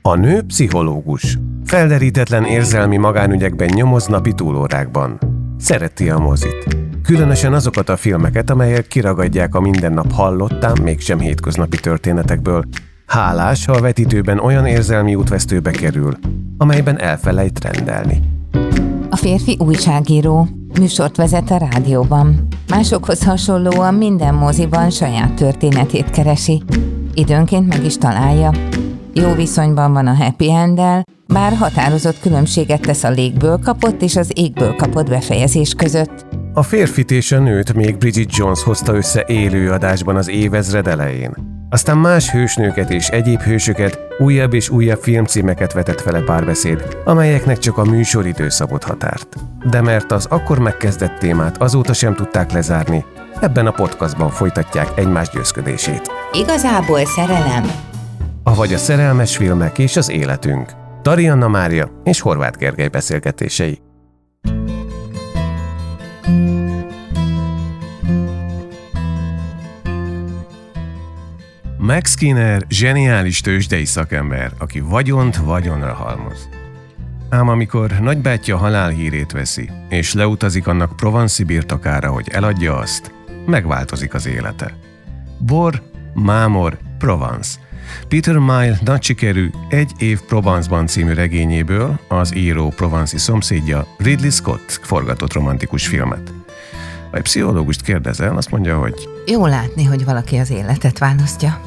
A nő pszichológus. Felderítetlen érzelmi magánügyekben nyomoz napi túlórákban. Szereti a mozit. Különösen azokat a filmeket, amelyek kiragadják a mindennap hallottán, mégsem hétköznapi történetekből. Hálás, ha a vetítőben olyan érzelmi útvesztőbe kerül, amelyben elfelejt rendelni. A férfi újságíró, műsort vezet a rádióban. Másokhoz hasonlóan minden moziban saját történetét keresi. Időnként meg is találja. Jó viszonyban van a happy enddel, bár határozott különbséget tesz a légből kapott és az égből kapott befejezés között. A férfit és a nőt még Bridget Jones hozta össze élő adásban az évezred elején. Aztán más hősnőket és egyéb hősöket, újabb és újabb filmcímeket vetett vele párbeszéd, amelyeknek csak a műsoridő szabott határt. De mert az akkor megkezdett témát azóta sem tudták lezárni, ebben a podcastban folytatják egymás győzködését. Igazából szerelem. Avagy a szerelmes filmek és az életünk. Tari Anna Mária és Horváth Gergely beszélgetései. Max Skinner zseniális tőzsdei szakember, aki vagyont vagyonra halmoz. Ám amikor nagybátyja halálhírét veszi, és leutazik annak Provence-i birtokára, hogy eladja azt, megváltozik az élete. Bor, mámor, Provence. Peter Mile nagy sikerű Egy év Provence-ban című regényéből az író Provence-i szomszédja Ridley Scott forgatott romantikus filmet. Ha egy pszichológust kérdezel, azt mondja, hogy jó látni, hogy valaki az életet választja.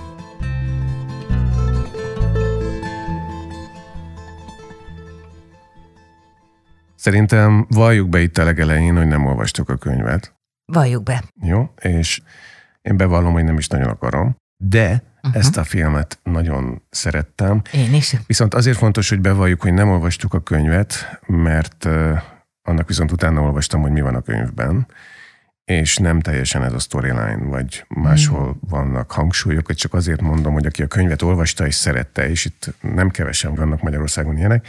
Szerintem valljuk be itt a legelején, hogy nem olvastuk a könyvet. Valljuk be. Jó, és én bevallom, hogy nem is nagyon akarom, de ezt a filmet nagyon szerettem. Én is. Viszont azért fontos, hogy bevalljuk, hogy nem olvastuk a könyvet, mert annak viszont utána olvastam, hogy mi van a könyvben, és nem teljesen ez a storyline, vagy máshol vannak hangsúlyok, hogy csak azért mondom, hogy aki a könyvet olvasta és szerette, és itt nem kevesen vannak Magyarországon ilyenek,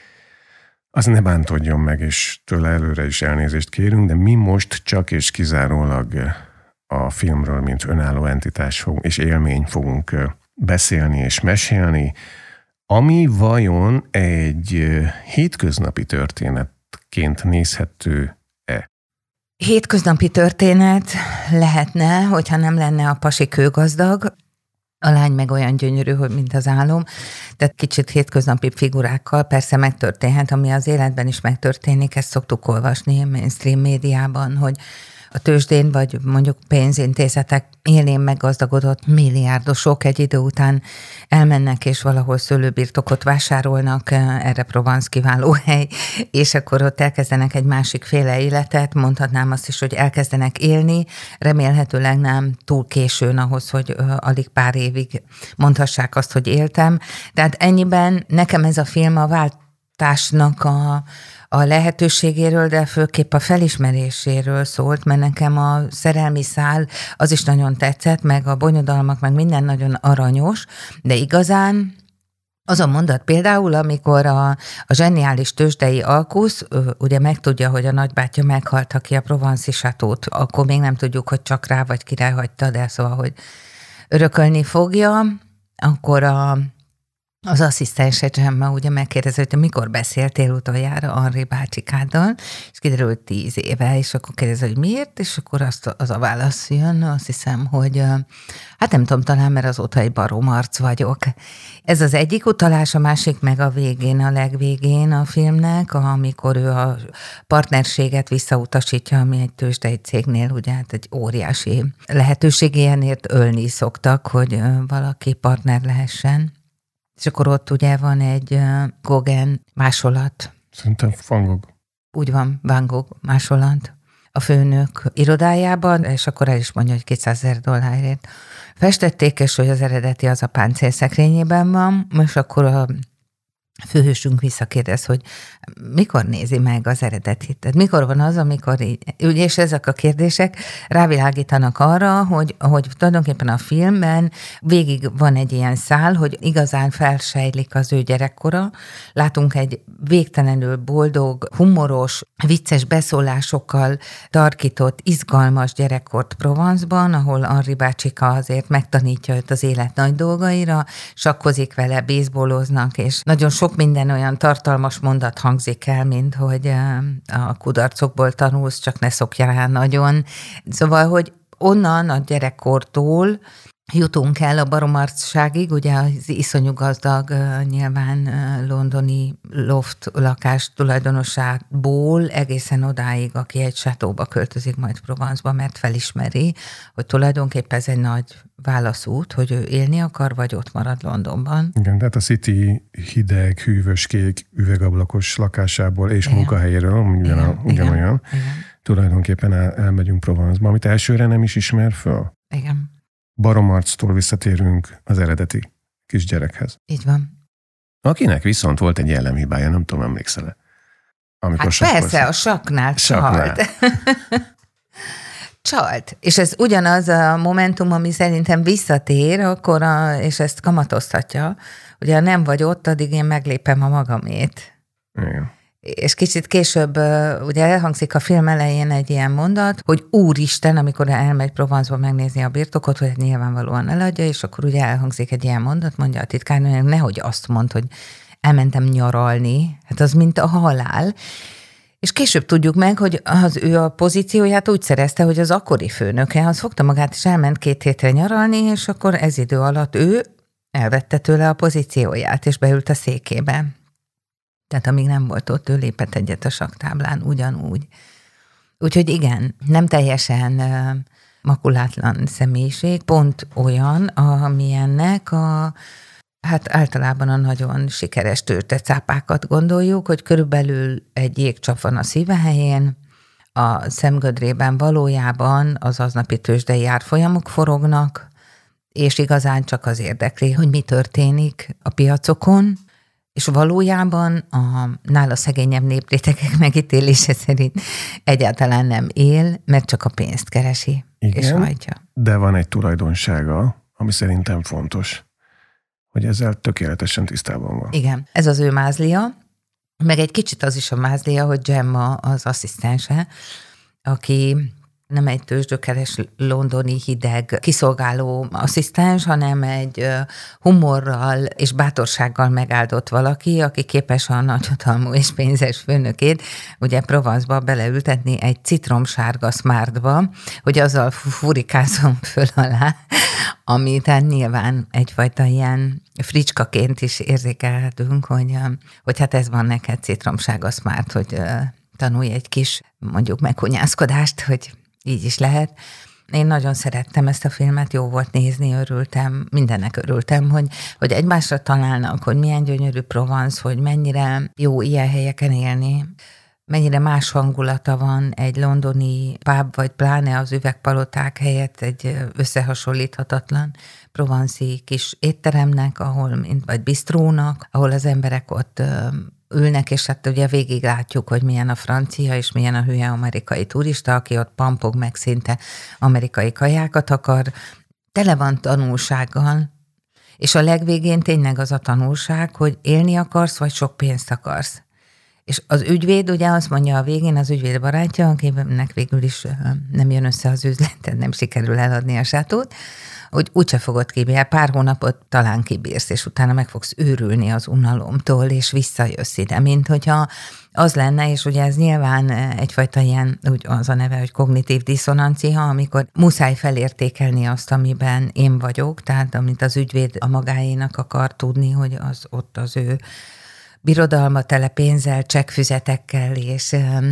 az ne bántódjon meg, és tőle előre is elnézést kérünk, de mi most csak és kizárólag a filmről, mint önálló entitás és élmény fogunk beszélni és mesélni, ami vajon egy hétköznapi történetként nézhető-e? Hétköznapi történet lehetne, hogyha nem lenne a pasi kőgazdag, a lány meg olyan gyönyörű, hogy mint az álom, tehát kicsit hétköznapi figurákkal persze megtörténhet, ami az életben is megtörténik, ezt szoktuk olvasni mainstream médiában, hogy a tőzsdén vagy mondjuk pénzintézetek élén meggazdagodott milliárdosok egy idő után elmennek és valahol szőlőbirtokot vásárolnak, erre Provence kiváló hely, és akkor ott elkezdenek egy másikféle életet, mondhatnám azt is, hogy elkezdenek élni, remélhetőleg nem túl későn ahhoz, hogy alig pár évig mondhassák azt, hogy éltem. Tehát ennyiben nekem ez a film a váltásnak a lehetőségéről, de főképp a felismeréséről szólt, mert nekem a szerelmi szál az is nagyon tetszett, meg a bonyodalmak, meg minden nagyon aranyos, de igazán az a mondat például, amikor a zseniális tőzsdei Alkusz ugye megtudja, hogy a nagybátyja meghalt, aki a Provence-i sátót, akkor még nem tudjuk, hogy csak rá vagy király hagyta, de szóval, hogy örökölni fogja, akkor az asszisztense Gemma ugye megkérdezi, hogy mikor beszéltél utoljára Henri bácsikáddal, és kiderült 10 éve, és akkor kérdezi, hogy miért, és akkor az a válasz jön, azt hiszem, hogy hát nem tudom, talán mert azóta egy barom arc vagyok. Ez az egyik utalás, a másik meg a végén, a legvégén a filmnek, amikor ő a partnerséget visszautasítja, ami egy tőzsdei cégnél ugye hát egy óriási lehetőség, ilyenért ölni szoktak, hogy valaki partner lehessen. És akkor ott ugye van egy Gauguin másolat. Szerintem Van Gogh. Úgy van, Van Gogh másolat a főnök irodájában, és akkor el is mondja, hogy $200,000 festették, és hogy az eredeti az a páncélszekrényében van, és akkor főhősünk visszakérdez, hogy mikor nézi meg az eredetit? Tehát mikor van az, amikor így, ugye, és ezek a kérdések rávilágítanak arra, hogy tulajdonképpen a filmben végig van egy ilyen szál, hogy igazán felsejlik az ő gyerekkora. Látunk egy végtelenül boldog, humoros, vicces beszólásokkal tarkított, izgalmas gyerekkort Provence-ban, ahol Henri bácsika azért megtanítja őt az élet nagy dolgaira, sakkozik vele, baseballoznak, és nagyon sok minden olyan tartalmas mondat hangzik el, mint hogy a kudarcokból tanulsz, csak ne szokja rá nagyon. Szóval, hogy onnan a gyerekkortól jutunk el a baromarcságig, ugye az iszonyú gazdag, nyilván londoni loft lakás tulajdonosából egészen odáig, aki egy sátóba költözik majd Provence-ba, mert felismeri, hogy tulajdonképpen ez egy nagy válaszút, hogy ő élni akar, vagy ott marad Londonban. Igen, tehát a City hideg, hűvös, kék, üvegablakos lakásából és munkahelyéről ugyanolyan. Tulajdonképpen elmegyünk Provence-ba, amit elsőre nem is ismer föl. Igen. Baromarctól visszatérünk az eredeti kisgyerekhez. Így van. Akinek viszont volt egy jellemhibája, nem tudom, emlékszel-e? Hát persze, a saknál csalt. Csalt. És ez ugyanaz a momentum, ami szerintem visszatér, akkor és ezt kamatoztatja. Ugye, ha nem vagy ott, addig én meglépem a magamét. Igen. És kicsit később, ugye elhangzik a film elején egy ilyen mondat, hogy Úristen, amikor elmegy Provence-ba megnézni a birtokot, hogy nyilvánvalóan eladja, és akkor ugye elhangzik egy ilyen mondat, mondja a titkárnőnek, nehogy azt mond, hogy elmentem nyaralni, hát az mint a halál. És később tudjuk meg, hogy ő a pozícióját úgy szerezte, hogy az akkori főnöke, az fogta magát, és elment 2 hétre nyaralni, és akkor ez idő alatt ő elvette tőle a pozícióját, és beült a székébe. Tehát amíg nem volt ott, ő lépett egyet a saktáblán, ugyanúgy. Úgyhogy igen, nem teljesen makulátlan személyiség, pont olyan, amilyennek hát általában a nagyon sikeres tőzsdecápákat gondoljuk, hogy körülbelül egy jégcsap van a szíve helyén, a szemgödrében valójában az aznapi tőzsdei árfolyamok forognak, és igazán csak az érdekli, hogy mi történik a piacokon, és valójában a nála szegényebb néprétegek megítélése szerint egyáltalán nem él, mert csak a pénzt keresi, igen, és hagyja. De van egy tulajdonsága, ami szerintem fontos, hogy ezzel tökéletesen tisztában van. Igen, ez az ő mázlia, meg egy kicsit az is a mázlia, hogy Gemma az asszisztense, aki nem egy tőzsdökeres londoni hideg kiszolgáló asszisztens, hanem egy humorral és bátorsággal megáldott valaki, aki képes a nagyhatalmú és pénzes főnökét ugye Provence-ba beleültetni egy citromsárga smartba, hogy azzal furikázom föl alá, ami tehát nyilván egyfajta ilyen fricskaként is érzékelhetünk, hogy hát ez van neked citromsárga smart, hogy tanulj egy kis mondjuk meghunyászkodást, hogy így is lehet. Én nagyon szerettem ezt a filmet, jó volt nézni, örültem, mindennek örültem, hogy egymásra találnak, hogy milyen gyönyörű Provence, hogy mennyire jó ilyen helyeken élni, mennyire más hangulata van egy londoni pub, vagy pláne az üvegpaloták helyett egy összehasonlíthatatlan provanci kis étteremnek, vagy bistrónak, ahol az emberek ott ülnek, és hát ugye végig látjuk, hogy milyen a francia, és milyen a hülye amerikai turista, aki ott pampog meg szinte amerikai kajákat akar. Tele van tanulsággal, és a legvégén tényleg az a tanulság, hogy élni akarsz, vagy sok pénzt akarsz. És az ügyvéd ugye azt mondja a végén, az ügyvéd barátja, akinek végül is nem jön össze az üzlet, nem sikerül eladni a sátót, hogy úgyse fogod kibírni, pár hónapot talán kibírsz, és utána meg fogsz őrülni az unalomtól, és visszajössz ide, mint hogyha az lenne, és ugye ez nyilván egyfajta ilyen, úgy az a neve, hogy kognitív diszonancia, amikor muszáj felértékelni azt, amiben én vagyok, tehát amit az ügyvéd a magáénak akar tudni, hogy az ott az ő birodalma tele pénzzel, csekkfüzetekkel, és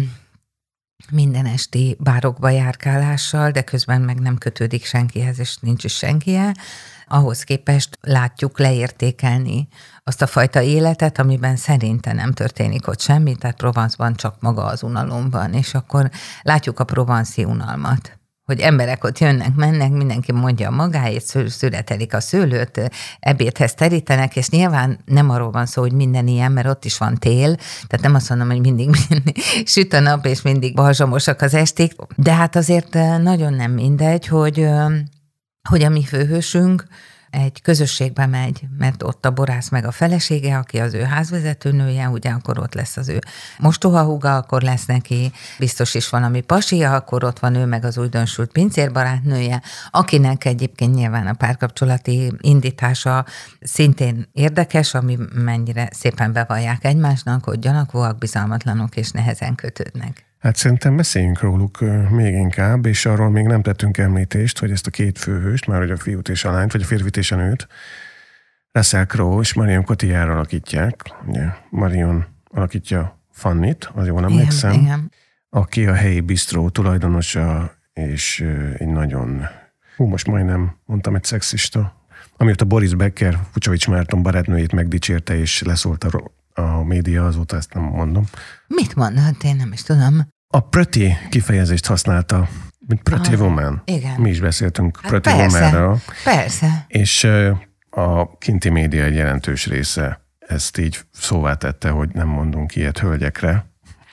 minden esti bárokba járkálással, de közben meg nem kötődik senkihez, és nincs is senkie. Ahhoz képest látjuk leértékelni azt a fajta életet, amiben szerinte nem történik ott semmi, tehát Provence-ban csak maga az unalom van, és akkor látjuk a provanci unalmat, hogy emberek ott jönnek, mennek, mindenki mondja magáét, születelik a szőlőt, ebédhez terítenek, és nyilván nem arról van szó, hogy minden ilyen, mert ott is van tél, tehát nem azt mondom, hogy mindig süt a nap, és mindig balzsamosak az esték, de hát azért nagyon nem mindegy, hogy a mi főhősünk egy közösségbe megy, mert ott a borász meg a felesége, aki az ő házvezetőnője, ugye akkor ott lesz az ő mostohahúga, akkor lesz neki biztos is valami pasia, akkor ott van ő meg az újdonsült pincérbarátnője, akinek egyébként nyilván a párkapcsolati indítása szintén érdekes, ami mennyire szépen bevallják egymásnak, hogy gyanakvóak, bizalmatlanok és nehezen kötődnek. Hát szerintem beszéljünk róluk még inkább, és arról még nem tettünk említést, hogy ezt a két főhőst, már hogy a fiút és a lányt, vagy a férfit és a nőt, Russell Crowe és Marion Cotillard alakítják. Ugye Marion alakítja Fannit, az jól emlékszem, Igen. aki a helyi bistró tulajdonosa, és egy nagyon, most majdnem mondtam, egy szexista, amióta Boris Becker, Fucsovics Márton barátnőjét megdicsérte, és leszólt a média, azóta ezt nem mondom. Mit mondod? Én nem is tudom. A pretty kifejezést használta, mint pretty woman. Igen. Mi is beszéltünk Hát pretty persze, womanről. Persze. És a kinti média egy jelentős része ezt így szóvá tette, hogy nem mondunk ilyet hölgyekre.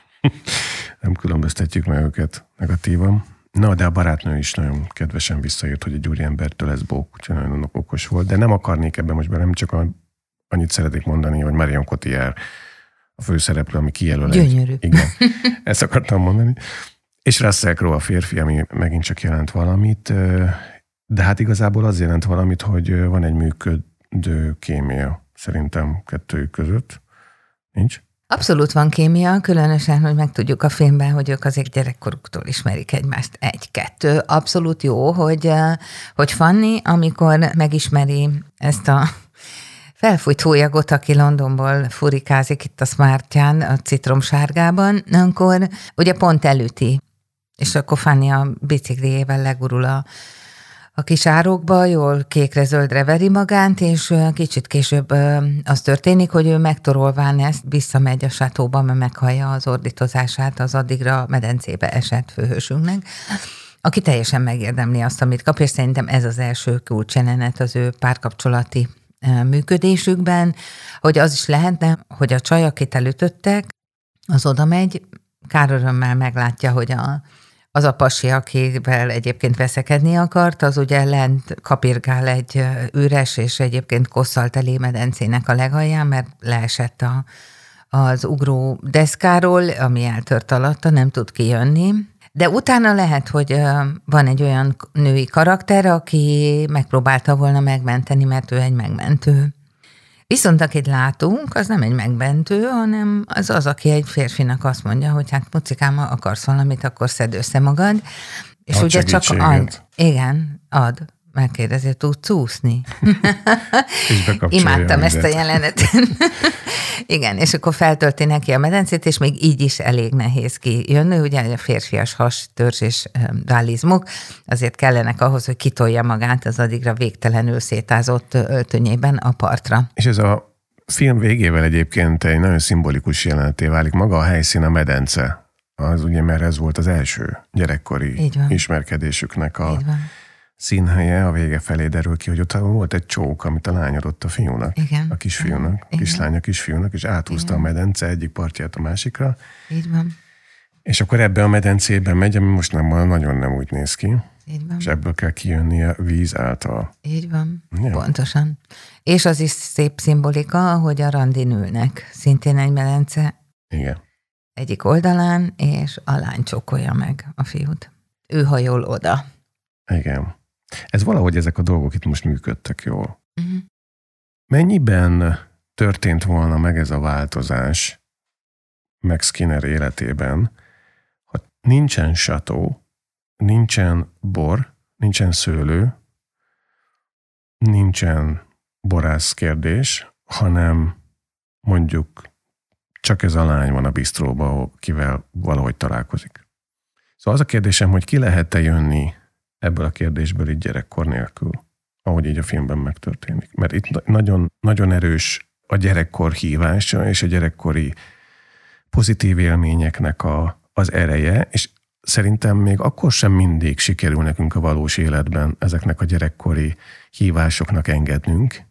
Nem különböztetjük meg őket negatívan. Na, de a barátnő is nagyon kedvesen visszaírt, hogy egy úriembertől ez bók, úgyhogy nagyon okos volt. De nem akarnék ebben most bele, nem csak annyit szeretnék mondani, hogy Marion Cotillard a főszereplő, ami kijelöl. Gyönyörű. Igen, ezt akartam mondani. És Russell Crowe a férfi, ami megint csak jelent valamit, de hát igazából az jelent valamit, hogy van egy működő kémia szerintem kettőjük között. Nincs? Abszolút van kémia, különösen, hogy megtudjuk a filmben, hogy ők azért gyerekkoruktól ismerik egymást. 1-2. Abszolút jó, hogy Fanny, amikor megismeri ezt a felfújt hólyagot, aki Londonból furikázik itt a Smartján, a citromsárgában, akkor ugye pont elüti, és akkor Fanny a bicikliével legurul a kis árokba, jól kékre-zöldre veri magánt, és kicsit később az történik, hogy ő megtorolván ezt visszamegy a sátóba, mert meghallja az ordítozását az addigra medencébe esett főhősünknek, aki teljesen megérdemli azt, amit kap, és szerintem ez az első kulcsjelenet az ő párkapcsolati működésükben, hogy az is lehetne, hogy a csaj, akit elütöttek, az oda megy, kár örömmel meglátja, hogy az a pasi, akivel egyébként veszekedni akart, az ugye lent kapirgál egy üres és egyébként kosszal teli medencének a legalján, mert leesett az ugró deszkáról, ami eltört alatta, nem tud kijönni. De utána lehet, hogy van egy olyan női karakter, aki megpróbálta volna megmenteni, mert ő egy megmentő. Viszont akit látunk, az nem egy megmentő, hanem az, aki egy férfinak azt mondja, hogy hát mucikám, ha akarsz valamit, akkor szedd össze magad. És ad ugye csak ad. Igen, ad. Megkérdezi, tudsz úszni? Imádtam ezt a jelenetet. Igen, és akkor feltölti neki a medencét, és még így is elég nehéz kijönni, ugye a férfias hastörzs és realizmuk azért kellenek ahhoz, hogy kitolja magát az addigra végtelenül szétázott öltönyében a partra. És ez a film végével egyébként egy nagyon szimbolikus jeleneté válik. Maga a helyszín a medence. Az ugye, mert ez volt az első gyerekkori ismerkedésüknek a színhelye, a vége felé derül ki, hogy ott volt egy csók, amit a lány adott a fiúnak, igen, a kisfiúnak, a kislány a kisfiúnak, és áthúzta a medence egyik partját a másikra. Így van. És akkor ebbe a medencében megy, ami most nagyon nem úgy néz ki. Így van. És ebből kell kijönnie víz által. Így van, ja. Pontosan. És az is szép szimbolika, hogy a randin ülnek. Szintén egy medence. Igen. Egyik oldalán, és a lány csókolja meg a fiút. Ő hajol oda. Igen. Ez valahogy ezek a dolgok itt most működtek jól. Uh-huh. Mennyiben történt volna meg ez a változás Max Skinner életében, ha nincsen sató, nincsen bor, nincsen szőlő, nincsen borász kérdés, hanem mondjuk csak ez a lány van a bistróban, kivel valahogy találkozik. Szóval az a kérdésem, hogy ki lehet-e jönni ebből a kérdésből így gyerekkor nélkül, ahogy így a filmben megtörténik. Mert itt nagyon, nagyon erős a gyerekkor hívása és a gyerekkori pozitív élményeknek az ereje, és szerintem még akkor sem mindig sikerül nekünk a valós életben ezeknek a gyerekkori hívásoknak engednünk,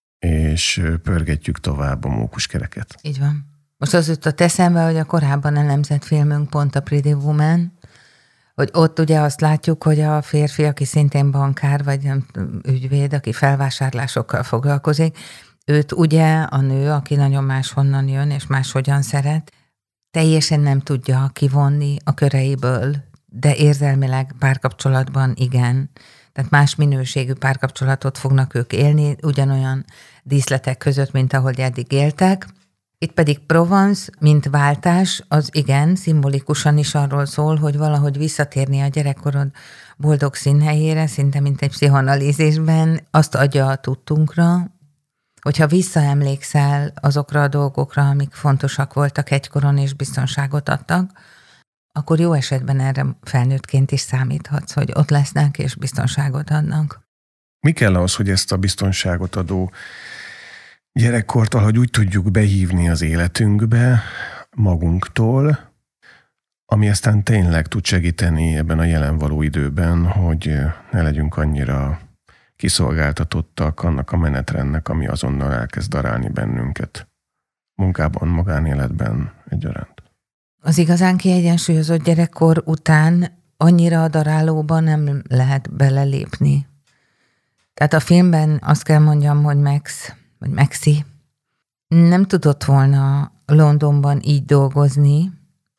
és pörgetjük tovább a mókuskereket. Így van. Most az jutott eszembe, hogy a korábban elemzett filmünk pont a Pretty Woman, hogy ott ugye azt látjuk, hogy a férfi, aki szintén bankár, vagy nem ügyvéd, aki felvásárlásokkal foglalkozik, őt ugye a nő, aki nagyon máshonnan jön, és máshogyan szeret, teljesen nem tudja kivonni a köreiből, de érzelmileg párkapcsolatban igen. Tehát más minőségű párkapcsolatot fognak ők élni, ugyanolyan díszletek között, mint ahogy eddig éltek. Itt pedig Provence, mint váltás, az igen, szimbolikusan is arról szól, hogy valahogy visszatérni a gyerekkorod boldog színhelyére, szinte mint egy pszichoanalízisben, azt adja a tudtunkra, hogyha visszaemlékszel azokra a dolgokra, amik fontosak voltak egykoron és biztonságot adtak, akkor jó esetben erre felnőttként is számíthatsz, hogy ott lesznek és biztonságot adnak. Mi kell ahhoz, hogy ezt a biztonságot adó gyerekkort valahogy úgy tudjuk behívni az életünkbe magunktól, ami aztán tényleg tud segíteni ebben a jelen való időben, hogy ne legyünk annyira kiszolgáltatottak annak a menetrendnek, ami azonnal elkezd darálni bennünket. Munkában, magánéletben egyaránt. Az igazán kiegyensúlyozott gyerekkor után annyira a darálóba nem lehet belelépni. Tehát a filmben azt kell mondjam, hogy Maxi nem tudott volna Londonban így dolgozni,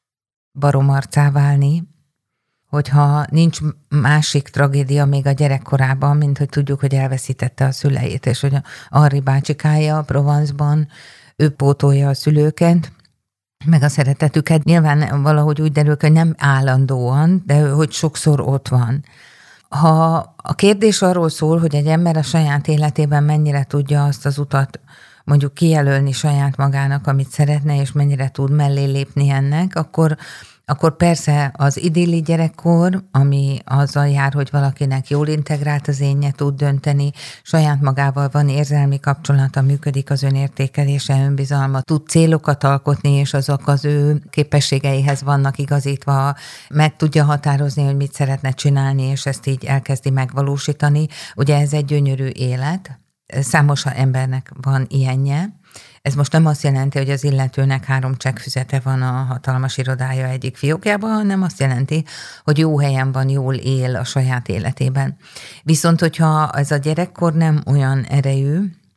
baromarcá válni, hogyha nincs másik tragédia még a gyerekkorában, mint hogy tudjuk, hogy elveszítette a szüleit, és hogy a Henri bácsikája a Provence-ban, ő pótolja a szülőket, meg a szeretetüket. Nyilván valahogy úgy derül, hogy nem állandóan, de hogy sokszor ott van. Ha a kérdés arról szól, hogy egy ember a saját életében mennyire tudja azt az utat mondjuk kijelölni saját magának, amit szeretne, és mennyire tud mellé lépni ennek, akkor persze az idilli gyerekkor, ami azzal jár, hogy valakinek jól integrált az énje, tud dönteni, saját magával van érzelmi kapcsolata, működik az önértékelése, önbizalma, tud célokat alkotni, és azok az ő képességeihez vannak igazítva, meg tudja határozni, hogy mit szeretne csinálni, és ezt így elkezdi megvalósítani. Ugye ez egy gyönyörű élet, számos embernek van ilyenje. Ez most nem azt jelenti, hogy az illetőnek 3 csekkfüzete van a hatalmas irodája egyik fiókjában, hanem azt jelenti, hogy jó helyen van, jól él a saját életében. Viszont, hogyha ez a gyerekkor nem olyan erejű,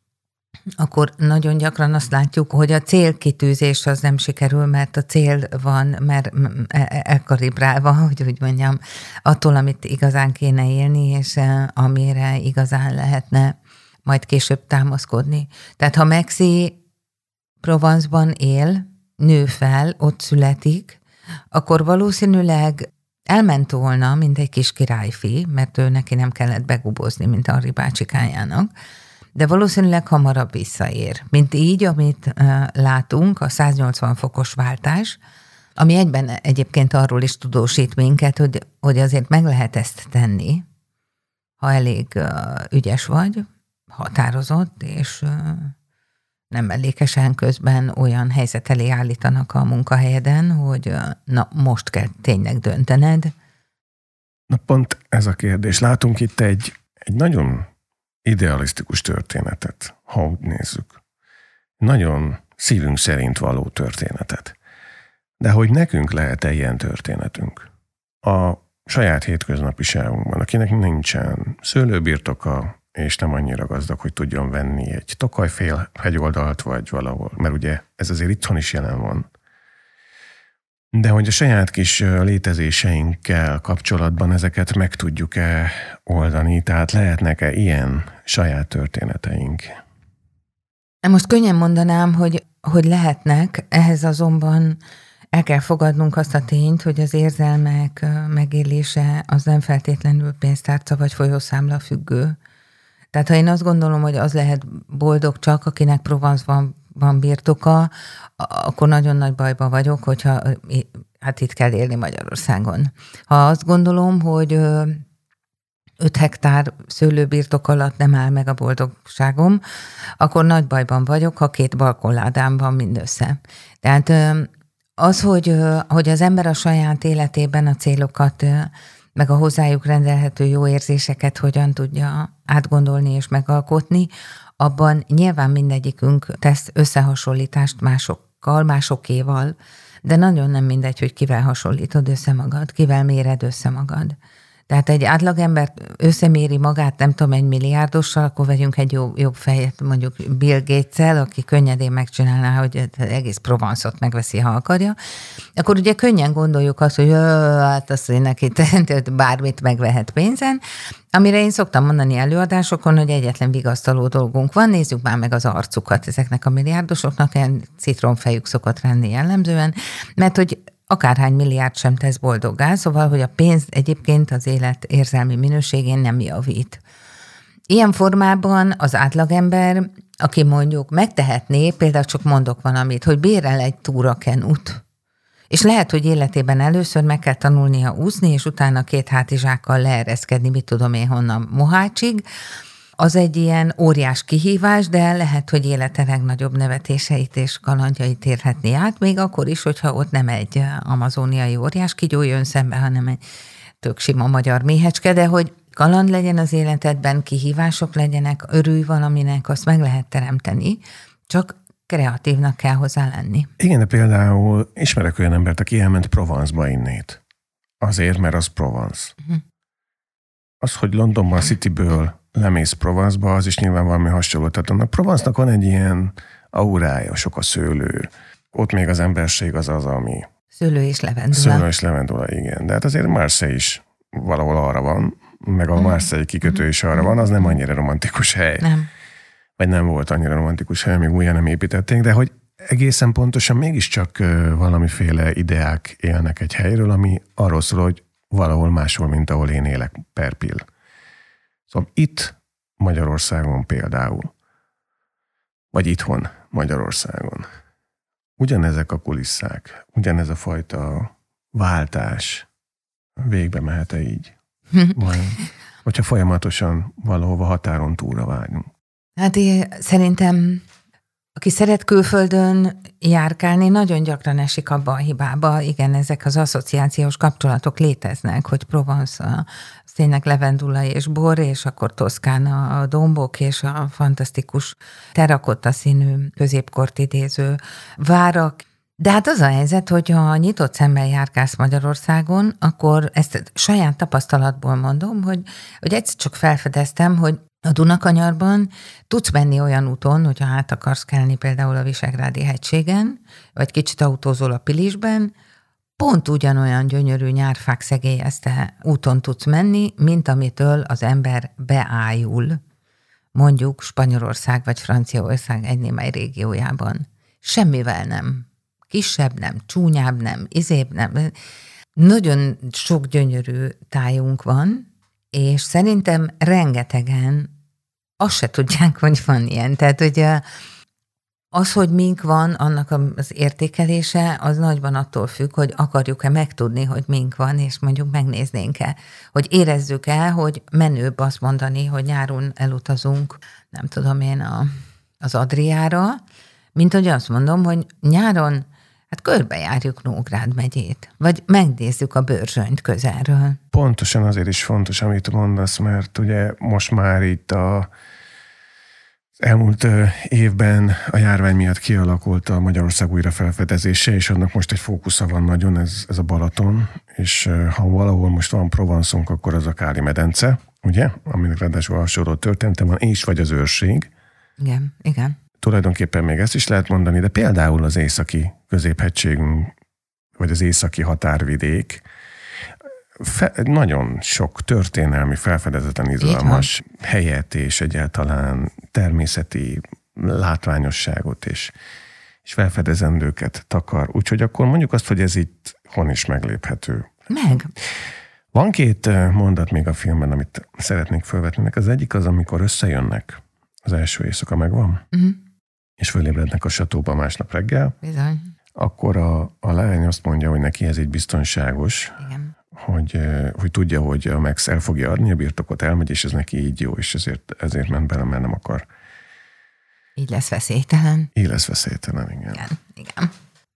akkor nagyon gyakran azt látjuk, hogy a célkitűzés az nem sikerül, mert a cél van, mert elkalibrálva, hogy úgy mondjam, attól, amit igazán kéne élni, és amire igazán lehetne majd később támaszkodni. Tehát ha Maxi Provence-ban él, nő fel, ott születik, akkor valószínűleg elment volna, mint egy kis királyfi, mert ő neki nem kellett begubozni, mint Henri bácsikájának, de valószínűleg hamarabb visszaér. Mint így, amit látunk, a 180 fokos váltás, ami egyben egyébként arról is tudósít minket, hogy azért meg lehet ezt tenni, ha elég ügyes vagy, határozott, és nem mellékesen közben olyan helyzet elé állítanak a munkahelyeden, hogy na, most kell tényleg döntened. Na pont ez a kérdés. Látunk itt egy nagyon idealisztikus történetet, ha úgy nézzük. Nagyon szívünk szerint való történetet. De hogy nekünk lehet-e ilyen történetünk? A saját hétköznapiságunkban, akinek nincsen szőlőbirtoka, és nem annyira gazdag, hogy tudjon venni egy Tokaj-fél hegyoldalt, vagy valahol, mert ugye ez azért itthon is jelen van. De hogy a saját kis létezéseinkkel kapcsolatban ezeket meg tudjuk-e oldani, tehát lehetnek-e ilyen saját történeteink? Most könnyen mondanám, hogy lehetnek, ehhez azonban el kell fogadnunk azt a tényt, hogy az érzelmek megélése az nem feltétlenül pénztárca vagy folyószámla függő. Tehát ha én azt gondolom, hogy az lehet boldog csak, akinek Provence-ban van birtoka, akkor nagyon nagy bajban vagyok, hogyha hát itt kell élni Magyarországon. Ha azt gondolom, hogy 5 hektár szőlőbirtok alatt nem áll meg a boldogságom, akkor nagy bajban vagyok, ha 2 balkonládám van mindössze. Tehát Az, hogy az ember a saját életében a célokat, meg a hozzájuk rendelhető jó érzéseket hogyan tudja átgondolni és megalkotni, abban nyilván mindegyikünk tesz összehasonlítást másokkal, másokéval, de nagyon nem mindegy, hogy kivel hasonlítod össze magad, kivel méred össze magad. Tehát egy átlagember összeméri magát, nem tudom, 1 milliárdossal, akkor vegyünk egy jobb fejet, mondjuk Bill Gates-el, aki könnyedén megcsinálná, hogy egész Provence-ot megveszi, ha akarja. Akkor ugye könnyen gondoljuk azt, hogy hát azt, hogy neki bármit megvehet pénzen, amire én szoktam mondani előadásokon, hogy egyetlen vigasztaló dolgunk van, nézzük már meg az arcukat ezeknek a milliárdosoknak, ilyen citronfejük szokott lenni jellemzően, mert hogy akárhány milliárd sem tesz boldoggá, szóval, hogy a pénz egyébként az élet érzelmi minőségén nem javít. Ilyen formában az átlagember, aki mondjuk megtehetné, például csak mondok valamit, hogy bérel egy túrakenut, és lehet, hogy életében először meg kell tanulnia úszni, és utána 2 hátizsákkal leereszkedni, mit tudom én honnan, Mohácsig, az egy ilyen óriás kihívás, de lehet, hogy élete legnagyobb nevetéseit és kalandjait érhetné át, még akkor is, hogyha ott nem egy amazóniai óriás kígyó jön szembe, hanem egy tök sima magyar méhecske, de hogy kaland legyen az életedben, kihívások legyenek, örülj valaminek, azt meg lehet teremteni, csak kreatívnak kell hozzá lenni. Igen, de például ismerek olyan embert, aki elment Provence-ba innét. Azért, mert az Provence. Az, hogy Londonban, Cityből lemész Provence-ba, az is nyilván valami hasonló. Tehát a Provence-nak van egy ilyen aurája, sok a szőlő. Ott még az emberség az, ami... Szőlő és levendula. Szőlő és levendula, igen. De hát azért Marseille is valahol arra van, meg a Marseille kikötő is arra van, az nem annyira romantikus hely. Nem. Vagy nem volt annyira romantikus hely, amíg újra nem építették, de hogy egészen pontosan mégiscsak valamiféle ideák élnek egy helyről, ami arról szól, hogy valahol máshol, mint ahol én élek per pill. Szóval itt Magyarországon például, vagy itthon Magyarországon, ugyanezek a kulisszák, ugyanez a fajta váltás végbe mehet-e így? Vagy ha folyamatosan valahova határon túlra vágyunk? Hát én szerintem, aki szeret külföldön járkálni, nagyon gyakran esik abba a hibába. Igen, ezek az asszociációs kapcsolatok léteznek, hogy Provence, az tényleg levendula és bor, és akkor Toszkána a dombok, és a fantasztikus terrakotta színű középkort idéző várak. De hát az a helyzet, hogy ha nyitott szemmel járkálsz Magyarországon, akkor ezt saját tapasztalatból mondom, hogy egyszer csak felfedeztem, hogy a Dunakanyarban tudsz menni olyan úton, hogyha át akarsz kelni például a Visegrádi hegységen, vagy kicsit autózol a Pilisben, pont ugyanolyan gyönyörű nyárfák szegélyezte úton tudsz menni, mint amitől az ember beájul, mondjuk Spanyolország vagy Franciaország egy némely régiójában. Semmivel nem. Kisebb nem, csúnyább nem, izébb nem. Nagyon sok gyönyörű tájunk van, és szerintem rengetegen azt se tudják, hogy van ilyen. Tehát, hogy az, hogy mink van, annak az értékelése, az nagyban attól függ, hogy akarjuk-e megtudni, hogy mink van, és mondjuk megnéznénk-e. Hogy érezzük el, hogy menőbb azt mondani, hogy nyáron elutazunk, nem tudom én, az Adriára, mint hogy azt mondom, hogy nyáron hát körbejárjuk Nógrád megyét, vagy megnézzük a Börzsönyt közelről. Pontosan azért is fontos, amit mondasz, mert ugye most már itt az elmúlt évben a járvány miatt kialakult a Magyarország újrafelfedezése, és annak most egy fókusza van nagyon, ez a Balaton, és ha valahol most van Provence-unk, akkor az a Káli-medence, ugye, aminek ráadásul hasonló története van, és vagy az őrség. Igen, igen. Tulajdonképpen még ezt is lehet mondani, de például az északi középhegységünk, vagy az északi határvidék, nagyon sok történelmi, felfedezetlen izgalmas helyet és egyáltalán természeti látványosságot és felfedezendőket takar. Úgyhogy akkor mondjuk azt, hogy ez itt hon is megléphető. Meg. Van 2 mondat még a filmben, amit szeretnék felvetni. Az egyik az, amikor összejönnek, az első éjszaka megvan, és fölébrednek a satóba másnap reggel. Bizony. Akkor a lány azt mondja, hogy neki ez így biztonságos, igen. Hogy tudja, hogy a Max el fogja adni a birtokot, elmegy, és ez neki így jó, és ezért ment bele, mert nem akar. Így lesz veszélytelen. Így lesz veszélytelen, igen. Igen.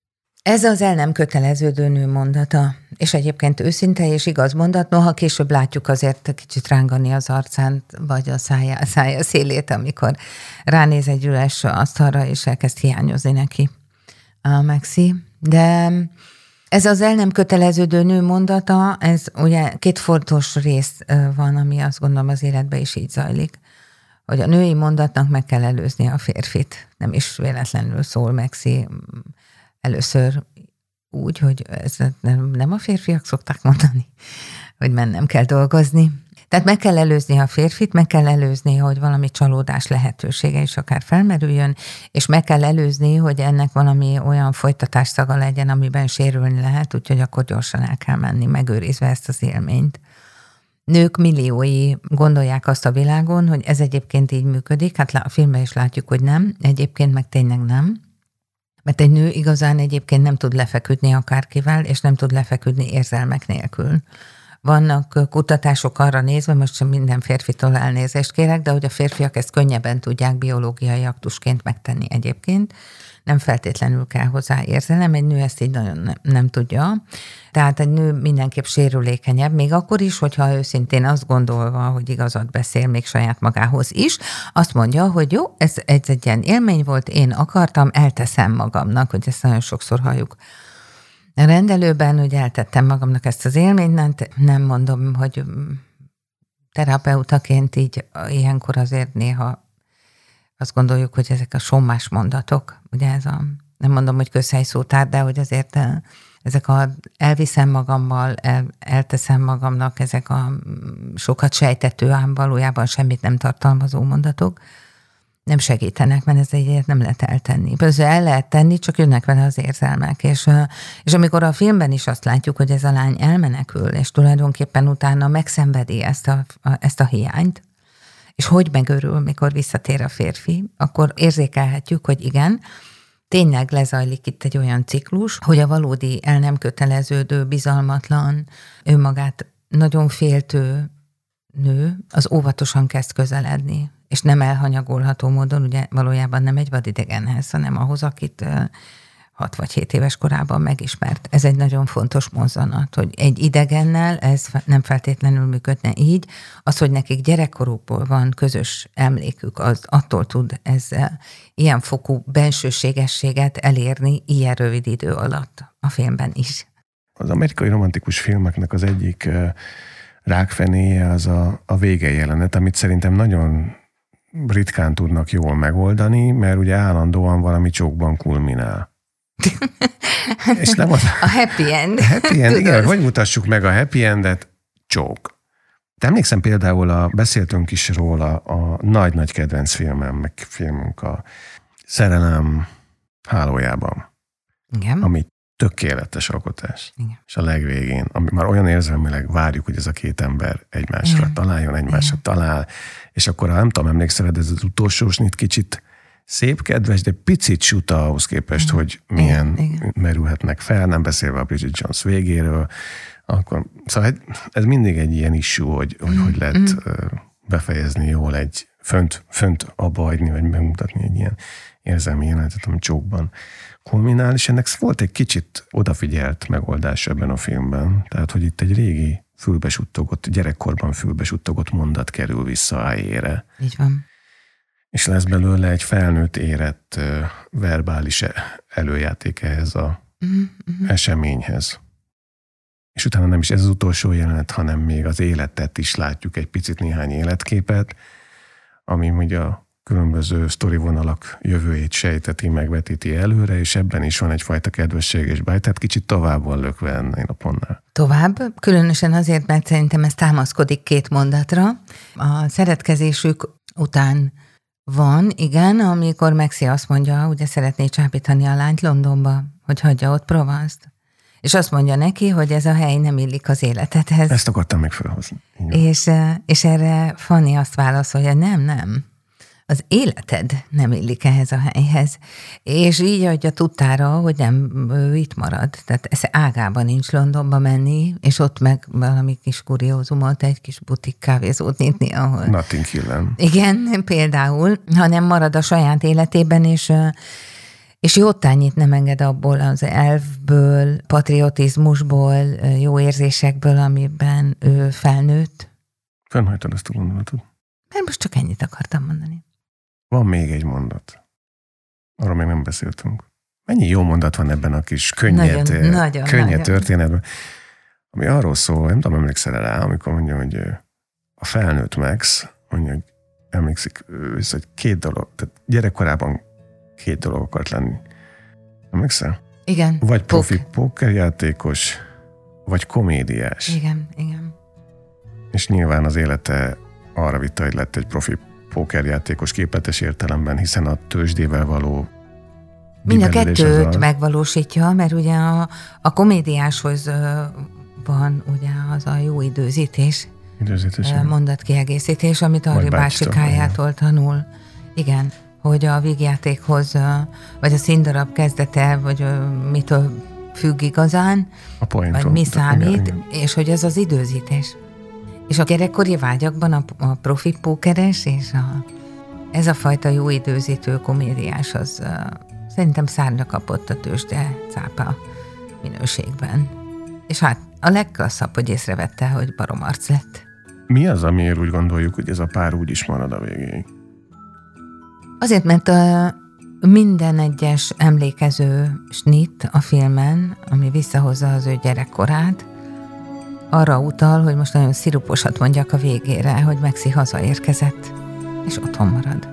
Ez az el nem köteleződő nő mondata, és egyébként őszinte és igaz mondat, noha később látjuk azért kicsit rángani az arcán, vagy a szája szélét, amikor ránéz egy üres asztalra, és elkezd hiányozni neki a Maxi. De ez az el nem köteleződő nő mondata, ez ugye 2 fontos rész van, ami azt gondolom az életben is így zajlik, hogy a női mondatnak meg kell előzni a férfit. Nem is véletlenül szól Maxi először úgy, hogy ez nem a férfiak szokták mondani, hogy mennem kell dolgozni. Tehát meg kell előzni a férfit, meg kell előzni, hogy valami csalódás lehetősége is akár felmerüljön, és meg kell előzni, hogy ennek valami olyan folytatás szaga legyen, amiben sérülni lehet, úgyhogy akkor gyorsan el kell menni, megőrizve ezt az élményt. Nők milliói gondolják azt a világon, hogy ez egyébként így működik, hát a filmben is látjuk, hogy nem, egyébként meg tényleg nem. Mert egy nő igazán egyébként nem tud lefeküdni akárkivel, és nem tud lefeküdni érzelmek nélkül. Vannak kutatások arra nézve, most sem minden férfitől elnézést kérek, de hogy a férfiak ezt könnyebben tudják biológiai aktusként megtenni egyébként. Nem feltétlenül kell hozzá érzelem, egy nő ezt így nagyon nem tudja. Tehát egy nő mindenképp sérülékenyebb, még akkor is, hogyha őszintén azt gondolva, hogy igazat beszél még saját magához is, azt mondja, hogy jó, ez egy ilyen élmény volt, én akartam, elteszem magamnak, hogy ezt nagyon sokszor halljuk. A rendelőben, hogy eltettem magamnak ezt az élményt, nem mondom, hogy terapeutaként így ilyenkor azért néha azt gondoljuk, hogy ezek a sommás mondatok, ugye ez nem mondom, hogy közhelyszótár, de hogy azért ezek elviszem magammal, elteszem magamnak, ezek a sokat sejtető, ám valójában semmit nem tartalmazó mondatok, nem segítenek, mert ez egyet nem lehet eltenni. Persze el lehet tenni, csak jönnek vele az érzelmek. És amikor a filmben is azt látjuk, hogy ez a lány elmenekül, és tulajdonképpen utána megszenvedi ezt a hiányt, és hogy megörül, mikor visszatér a férfi, akkor érzékelhetjük, hogy igen, tényleg lezajlik itt egy olyan ciklus, hogy a valódi el nem köteleződő, bizalmatlan, önmagát nagyon féltő nő az óvatosan kezd közeledni, és nem elhanyagolható módon, ugye valójában nem egy vadidegenhez, hanem ahhoz, akit 6 vagy 7 éves korában megismert. Ez egy nagyon fontos mozzanat, hogy egy idegennel ez nem feltétlenül működne így. Az, hogy nekik gyerekkorukból van közös emlékük, az attól tud ezzel ilyen fokú bensőségességet elérni ilyen rövid idő alatt a filmben is. Az amerikai romantikus filmeknek az egyik rákfenéje az a vége jelenet, amit szerintem nagyon ritkán tudnak jól megoldani, mert ugye állandóan valami csókban kulminál. És nem az... A happy end. Happy end, igen, hogy mutassuk meg a happy endet? Csók. De emlékszem például, beszéltünk is róla, a nagy-nagy kedvenc filmünk a Szerelem hálójában. Igen. Ami tökéletes alkotás. Igen. És a legvégén, ami már olyan érzelmileg várjuk, hogy ez a 2 ember egymásra találjon, egymásra talál, és akkor, ha nem tudom, emlékszel, ez az utolsó snit kicsit szép, kedves, de picit suta ahhoz képest, hogy milyen merülhetnek fel, nem beszélve a Bridget Jones végéről. Akkor, szóval ez mindig egy ilyen issue, hogy lehet befejezni jól egy fönt abba hagyni, vagy megmutatni egy ilyen érzelmi jelenetet, ami csókban kulminál, és ennek volt egy kicsit odafigyelt megoldás ebben a filmben. Tehát, hogy itt egy régi gyerekkorban fülbesuttogott mondat kerül vissza a helyére. Így van. És lesz belőle egy felnőtt érett verbális előjáték ehhez a eseményhez. És utána nem is ez az utolsó jelenet, hanem még az életet is látjuk, egy picit néhány életképet, ami ugye a különböző sztorivonalak jövőjét sejteti, megvetíti előre, és ebben is van egyfajta kedvesség és báj, tehát kicsit tovább van lökve ennél a pontnál. Tovább, különösen azért, mert szerintem ez támaszkodik 2 mondatra. A szeretkezésük után van, igen, amikor Maxi azt mondja, ugye szeretné csábítani a lányt Londonba, hogy hagyja ott Provence-t. És azt mondja neki, hogy ez a hely nem illik az életedhez. Ezt akartam még felhozni. És erre Fanny azt válaszolja, nem. Az életed nem illik ehhez a helyhez. És így adja tudtára, hogy nem, ő itt marad. Tehát ez ágában nincs Londonba menni, és ott meg valami kis kuriózumot, egy kis butik kávézót nyitni, ahol... Notting Hill-en. Igen, például, hanem marad a saját életében, és és jótányit nem enged abból az elvből, patriotizmusból, jó érzésekből, amiben ő felnőtt. Fennhajtad ezt a gondolatot? Mert most csak ennyit akartam mondani. Van még egy mondat. Arról még nem beszéltünk. Mennyi jó mondat van ebben a kis könnyed történetben, ami arról szól, nem tudom, emlékszel rá, amikor mondja, hogy a felnőtt Max, mondja, hogy emlékszik vissza, hogy 2 dolog, tehát gyerekkorában 2 dolog akart lenni. Emlékszel? Igen. Vagy profi pókerjátékos, vagy komédiás. Igen. És nyilván az élete arra vitte, hogy lett egy profi pókerjátékos képletes értelemben, hiszen a tőzsdével való mind a kettőt megvalósítja, mert ugye a komédiáshoz van ugye az a jó időzítés mondatkiegészítés, amit Arri bácsikájától tanul. Igen, hogy a vígjátékhoz, vagy a színdarab kezdete, vagy mitől függ igazán, vagy mi számít, igen. És hogy ez az időzítés. És a gyerekkori vágyakban a profi pókeres, és ez a fajta jó időzítő komédiás, az szerintem szárnya kapott a tőzsde cápa minőségben. És hát a legklasszabb, hogy észrevette, hogy baromarc lett. Mi az, amiért úgy gondoljuk, hogy ez a pár úgy is marad a végéig? Azért, mert minden egyes emlékező snit a filmen, ami visszahozza az ő gyerekkorát, arra utal, hogy most nagyon sziruposat mondjak a végére, hogy Maxi hazaérkezett, és otthon marad.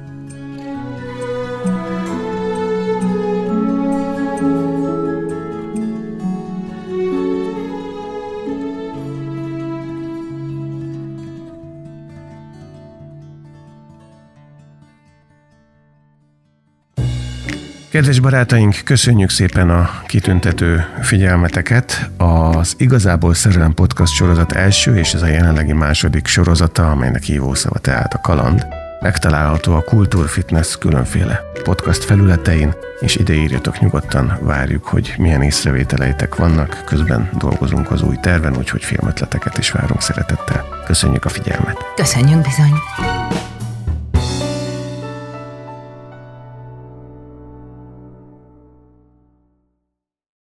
Kedves barátaink, köszönjük szépen a kitüntető figyelmeteket. Az Igazából Szerelem podcast sorozat első és ez a jelenlegi második sorozata, amelynek hívószava tehát a kaland, megtalálható a Kultúrfitness különféle podcast felületein, és ide írjatok nyugodtan, várjuk, hogy milyen észrevételeitek vannak, közben dolgozunk az új terven, úgyhogy filmötleteket is várunk szeretettel. Köszönjük a figyelmet! Köszönjük bizony!